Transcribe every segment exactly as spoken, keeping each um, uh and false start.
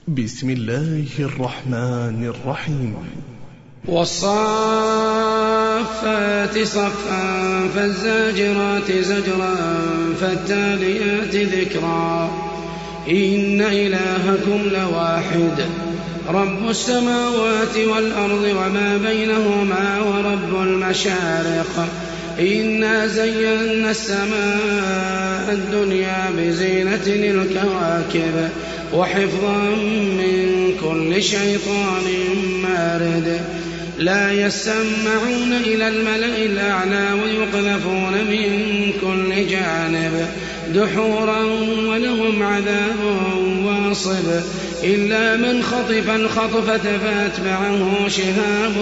بسم الله الرحمن الرحيم. والصافات صفا فالزاجرات زجرا فالتاليات ذكرا إن إلهكم لواحد رب السماوات والأرض وما بينهما ورب المشارق إنا زينا السماء الدنيا بزينة الكواكب وحفظا من كل شيطان مارد لا يسمعون إلى الملأ الأعلى ويقذفون من كل جانب دحورا ولهم عذاب واصب إلا من خطف الخطفة فأتبعه شهاب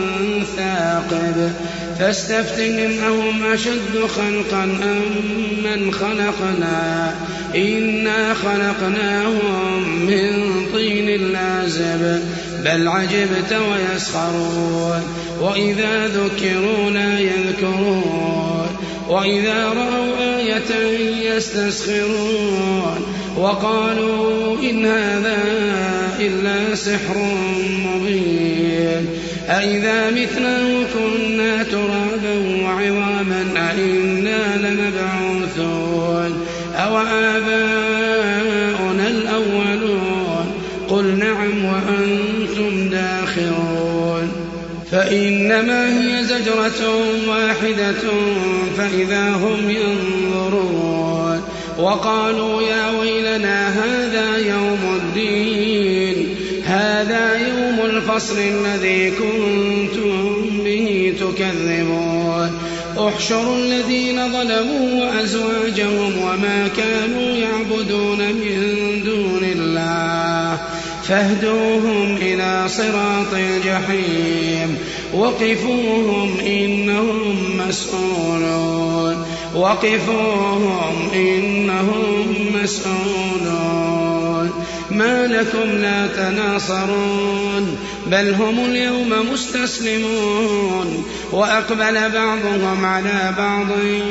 ثاقب فاستفتهم أهم أشد خلقا أم من خلقنا إنا خلقناهم من طين لازب بل عجبت ويسخرون وإذا ذكروا لا يذكرون وإذا رأوا آية يستسخرون وقالوا إن هذا إلا سحر مبين أإذا متنا وكنا ترابا وعظاما أإنا لمبعوثون أو آباؤنا الأولون قل نعم وأنتم داخرون فإنما هي زجرة واحدة فإذا هم ينظرون وقالوا يا ويلنا هذا يوم الدين هذا يوم الفصل الذي كنتم به تكذبون احشروا الذين ظلموا وأزواجهم وما كانوا يعبدون من دون الله فاهدوهم إلى صراط الجحيم وقفوهم إنهم مسؤولون وقفوهم إنهم مسؤولون ما لكم لا تناصرون بل هم اليوم مستسلمون وأقبل بعضهم على بعض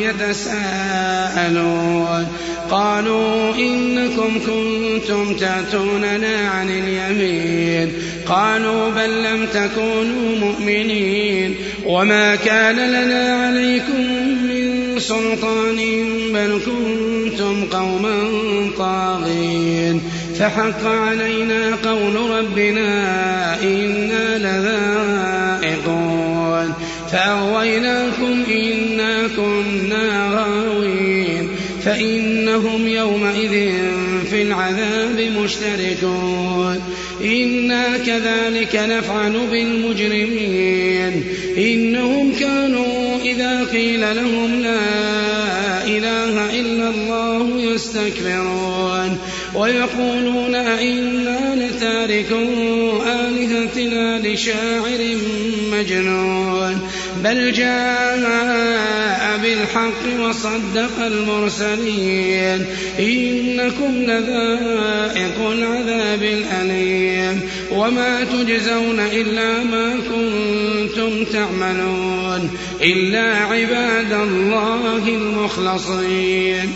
يتساءلون قالوا إنكم كنتم تأتوننا عن اليمين قالوا بل لم تكونوا مؤمنين وما كان لنا عليكم من سلطان بل كنتم قوما طاغين فحق علينا قول ربنا إنا لذائقون فأغويناكم إنا كنا غاوين فإنهم يومئذ في العذاب مشتركون إنا كذلك نفعل بالمجرمين إنهم كانوا إذا قيل لهم لا إله إلا الله يستكبرون ويقولون إنا لتاركو آلهتنا لشاعر مجنون بل جاء بالحق وصدق المرسلين إنكم لذائق العذاب الأليم وما تجزون إلا ما كنتم تعملون إلا عباد الله المخلصين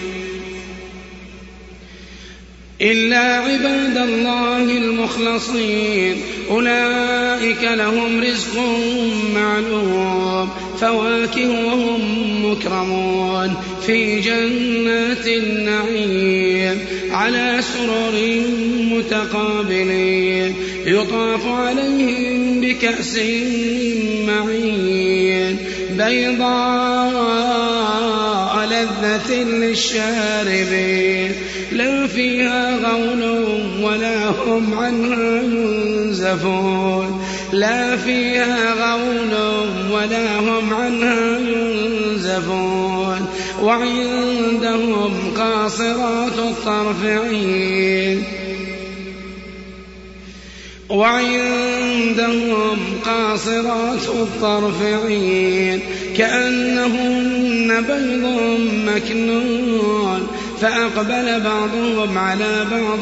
إلا عباد الله المخلصين أولئك لهم رزق معلوم فواكه وهم مكرمون في جنات النعيم على سرر متقابلين يطاف عليهم بكأس من معين بيضاء لذة للشاربين لا فيها غول ولا هم عنها ينزفون لا فيها غول ولا هم عنها ينزفون وعندهم قاصرات الطرف عين وعندهم قاصرات الطرف عين كأنهن بيض مكنون فأقبل بعضهم على بعض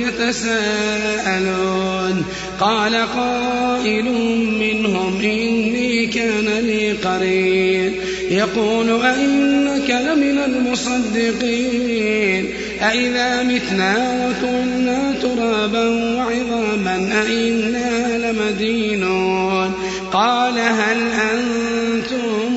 يتساءلون قال قائل منهم إني كان لي قرين يقول أئنك لمن المصدقين أإذا متنا وكنا ترابا وعظاما أإنا لمدينون قال هل أنتم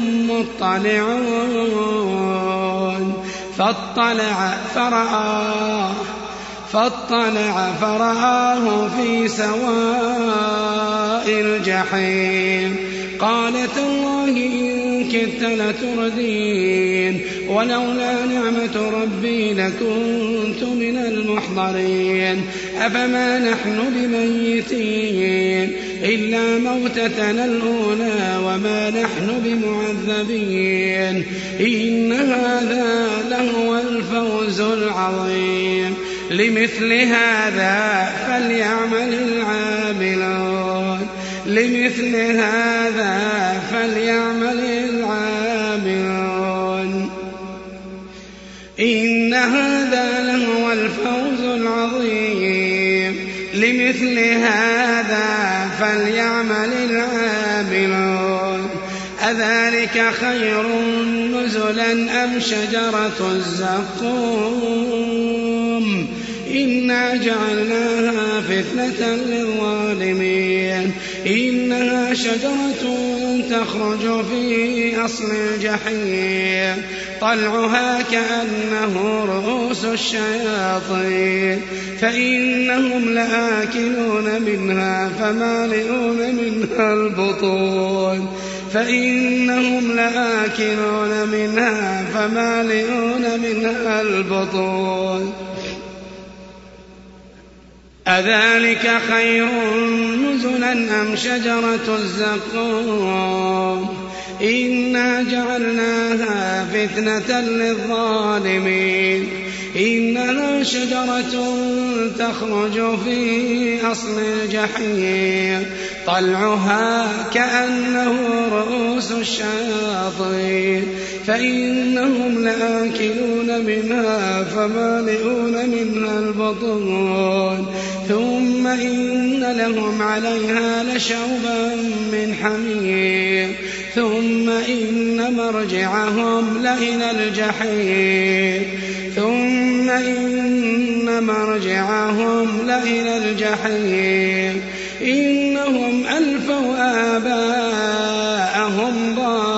مطلعون فاطلع فرآه فاطلع فرآه في سواء الجحيم قال تالله إن كدت لتردين ولولا نعمة ربي لكنت من المحضرين أفما نحن بميتين إلا موتتنا الأولى وما نحن بمعذبين إن هذا لهو الفوز العظيم لمثل هذا فليعمل العاملون لمثل هذا فليعمل العاملون إن هذا لهو الفوز العظيم لمثل هذا فليعمل العاملون أذلك خير نزلا أم شجرة الزقوم إنا جعلناها فتنة للظالمين إنها شجرة تخرج في أصل الجحيم طلعها كأنه رؤوس الشياطين فإنهم لآكلون منها فمالئون منها البطون فإنهم لآكلون منها فمالئون منها البطون أذلك خير نزلا أم شجرة الزقوم إنا جعلناها فتنة للظالمين إنها شجرة تخرج في أصل الجحيم طلعها كأنه رؤوس الشياطين فإنهم لآكلون منها فمالئون منها البطون ثم إن لهم عليها لشوبا من حميم ثم إن مرجعهم لإلى الجحيم ثم إن مرجعهم لإلى الجحيم إنهم ألفوا آباءهم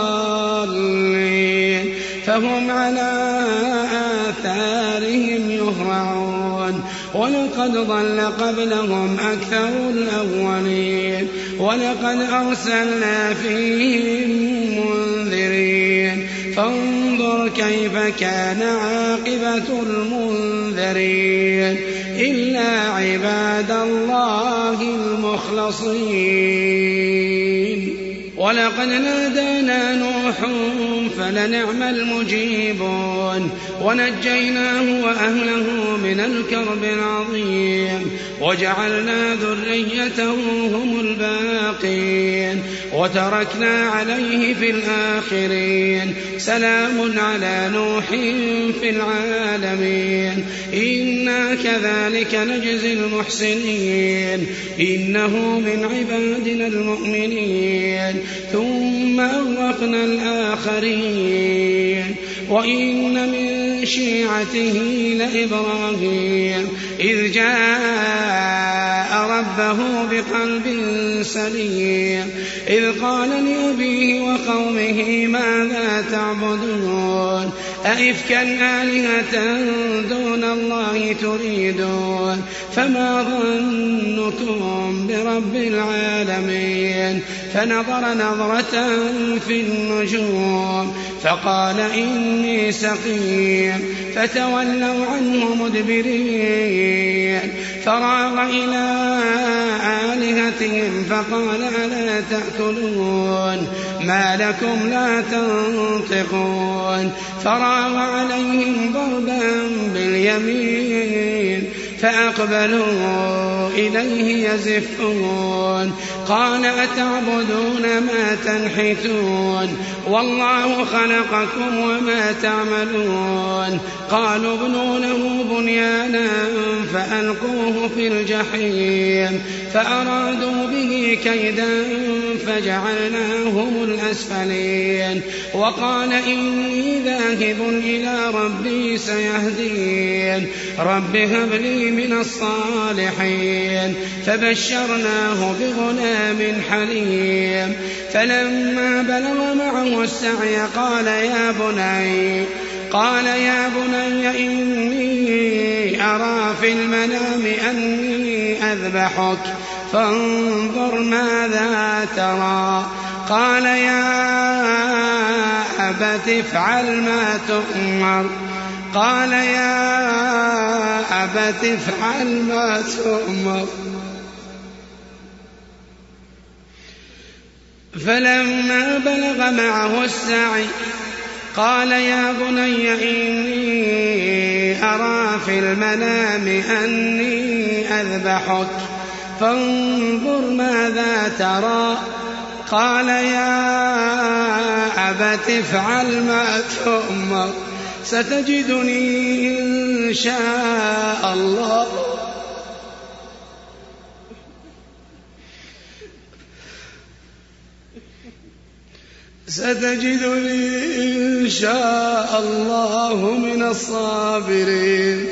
ضالين فهم على آثارهم يهرعون ولقد ضل قبلهم أكثر الأولين ولقد أرسلنا فيهم منذرين فانظر كيف كان عاقبة المنذرين إلا عباد الله المخلصين ولقد نادانا نوح فلنعم المجيبون ونجيناه وأهله من الكرب العظيم وجعلنا ذريته هم الباقين وتركنا عليه في الآخرين سلام على نوح في العالمين إنا كذلك نجزي المحسنين إنه من عبادنا المؤمنين ثم أغرقنا الآخرين وإن من شيعته لإبراهيم إذ جاء ربه بقلب سليم إذ قال لأبيه وقومه ماذا تعبدون أئفكا آلهة دون الله تريدون فما ظنكم برب العالمين فنظر نظرة في النجوم فقال إني سقيم فتولوا عنه مدبرين فراغ إلى آلهتهم فقال ألا تأكلون ما لكم لا تنطقون فراغ عليهم ضربا باليمين فأقبلوا إليه يزفون قال أتعبدون ما تنحتون والله خلقكم وما تعملون قالوا ابنوا له بنيانا فألقوه في الجحيم فأرادوا به كيدا فجعلناهم الأسفلين وقال إني ذاهب إلى ربي سيهدين رب هب لي من الصالحين فبشرناه بغلام حليم فلما بلغ معه السعي قال يا بني قال يا بني إني أرى في المنام أني أذبحك فانظر ماذا ترى قال يا أبت افعل ما تؤمر قال يا أبت افعل ما تؤمر فلما بلغ معه السعي قال يا بني إني أرى في المنام أني أذبحك فانظر ماذا ترى قال يا أبت افعل ما تؤمر ستجدني إن شاء الله ستجدني إن شاء الله من الصابرين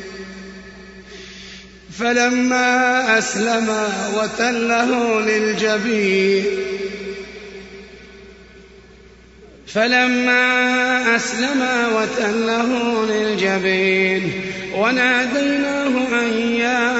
فلما أسلما وتله للجبين فلما أسلما وتله للجبين وناديناه أن يا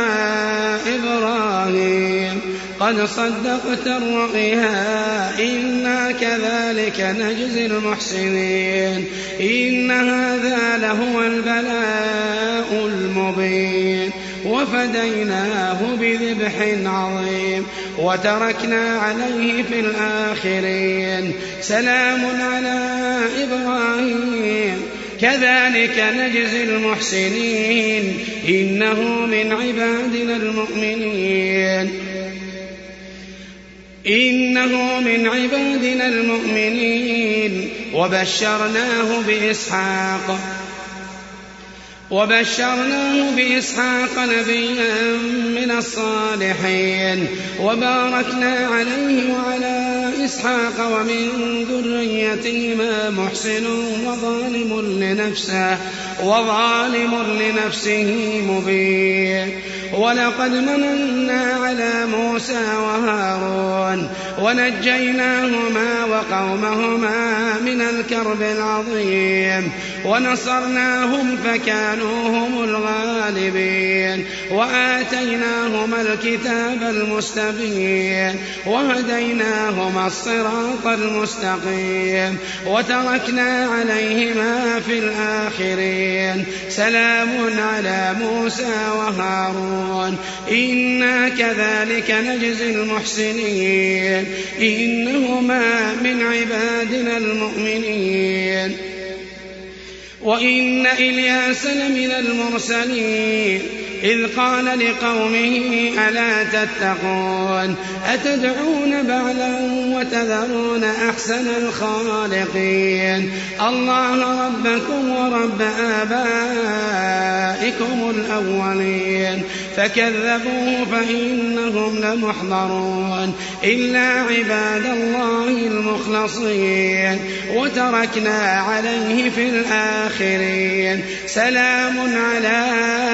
إبراهيم قد صدقت الرؤيا إنا كذلك نجزي المحسنين إن هذا لهو البلاء المبين وفديناه بذبح عظيم وتركنا عليه في الآخرين سلام على إبراهيم كذلك نجزي المحسنين إنه من عبادنا المؤمنين إنه من عبادنا المؤمنين وبشرناه بإسحاق وبشرناه بإسحاق نبيا من الصالحين وباركنا عليه وعلى إسحاق ومن ذريتهما محسن وظالم لنفسه وظالم لنفسه مبين ولقد مننا على موسى وهارون ونجيناهما وقومهما من الكرب العظيم ونصرناهم فكانوا هم الغالبين وآتيناهما الكتاب المستبين وهديناهما الصراط المستقيم وتركنا عليهما في الآخرين سلام على موسى وهارون إنا كذلك نجزي المحسنين إنهما من عبادنا المؤمنين وإن إلياس لمن المرسلين إذ قال لقومه ألا تتقون أتدعون بعلا وتذرون أحسن الخالقين الله ربكم ورب آبائكم الأولين فكذبوه فإنهم لمحضرون إلا عباد الله المخلصين وتركنا عليه في الآخرين سلام على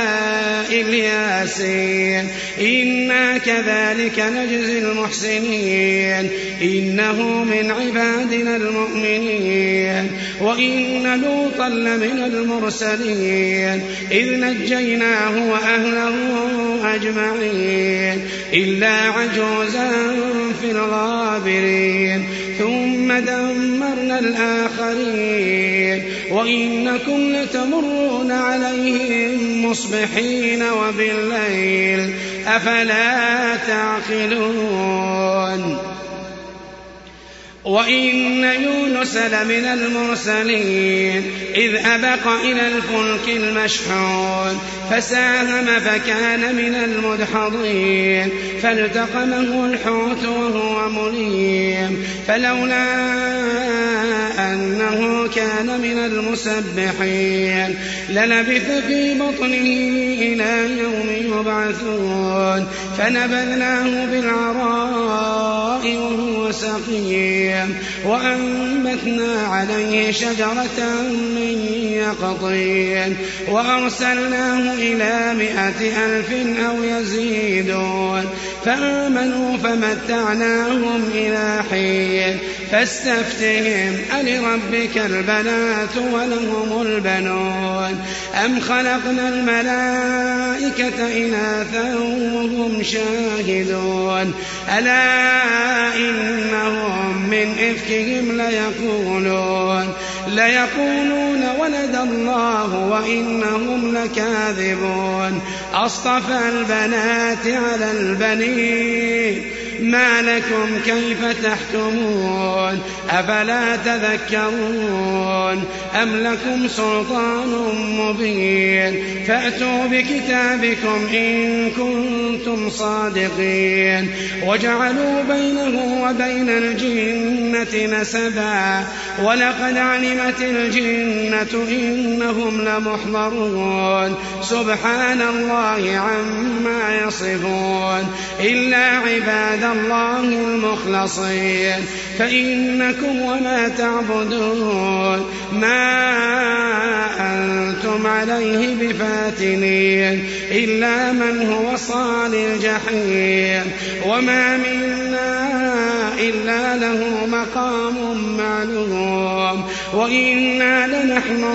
الياسين إنا كذلك نجزي المحسنين إنه من عبادنا المؤمنين وإن لوطا لمن المرسلين إذ نجيناه وأهله أجمعين إلا عجوزا في الغابرين ثم دمرنا الآخرين وإنكم لتمرون عليهم مصبحين وبالليل أفلا تعقلون وإن يونس لمن المرسلين إذ أبق إلى الفلك المشحون فساهم فكان من المدحضين فالتقمه الحوت وهو مليم فلولا أنه كان من المسبحين للبث في بطنه إلى يوم يبعثون فنبذناه بالعراء وهو سقيم وأنبتنا عليه شجرة من يقطين وأرسلناه إلى مائة ألف أو يزيدون فآمنوا فمتعناهم إلى حين فاستفتهم ألربك البنات ولهم البنون أم خلقنا الملائكة إناثا وهم شاهدون ألا إنهم من إفكهم ليقولون ليقولون ولد الله وإنهم لكاذبون أصطفى البنات على البنين ما لكم كيف تحكمون أفلا تذكرون أم لكم سلطان مبين فأتوا بكتابكم إن كنتم صادقين وجعلوا بينه وبين الجنة نسبا ولقد علمت الجنة إنهم لمحضرون سبحان الله عما يصفون إلا عباد الله المخلصين فإنكم وما تعبدون ما أنتم عليه بفاتنين إلا من هو صال الجحيم وما منا إلا له مقام معلوم وإنا لنحن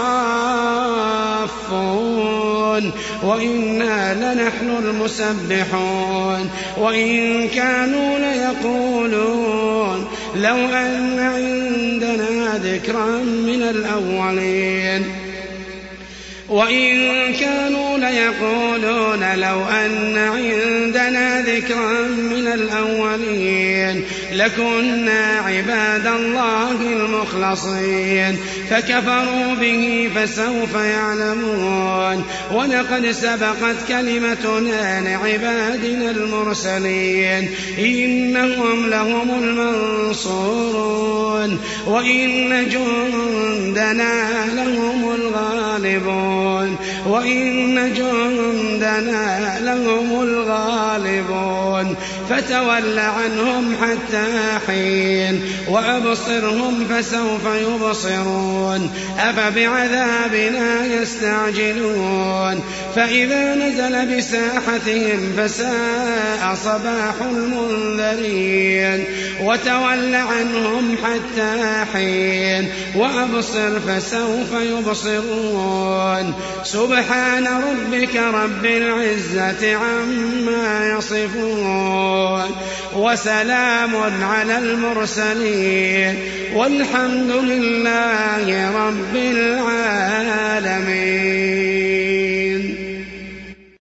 الصافون وإنا لنحن المسبحون وإن كانوا ليقولون لو أن عندنا ذكرا من الأولين وإن كانوا ليقولون لو أن عندنا ذكرا من الأولين لكنا عباد الله المخلصين فكفروا به فسوف يعلمون ولقد سبقت كلمتنا لعبادنا المرسلين إنهم لهم المنصورون وإن جندنا لهم الغالبون وإن جندنا لهم الغالبون فتول عنهم حتى حين وأبصرهم فسوف يبصرون أفبعذابنا يستعجلون فإذا نزل بساحتهم فساء صباح المنذرين وتول عنهم حتى حين وأبصر فسوف يبصرون سبحان ربك رب العزة عما يصفون وسلام على المرسلين والحمد لله رب العالمين.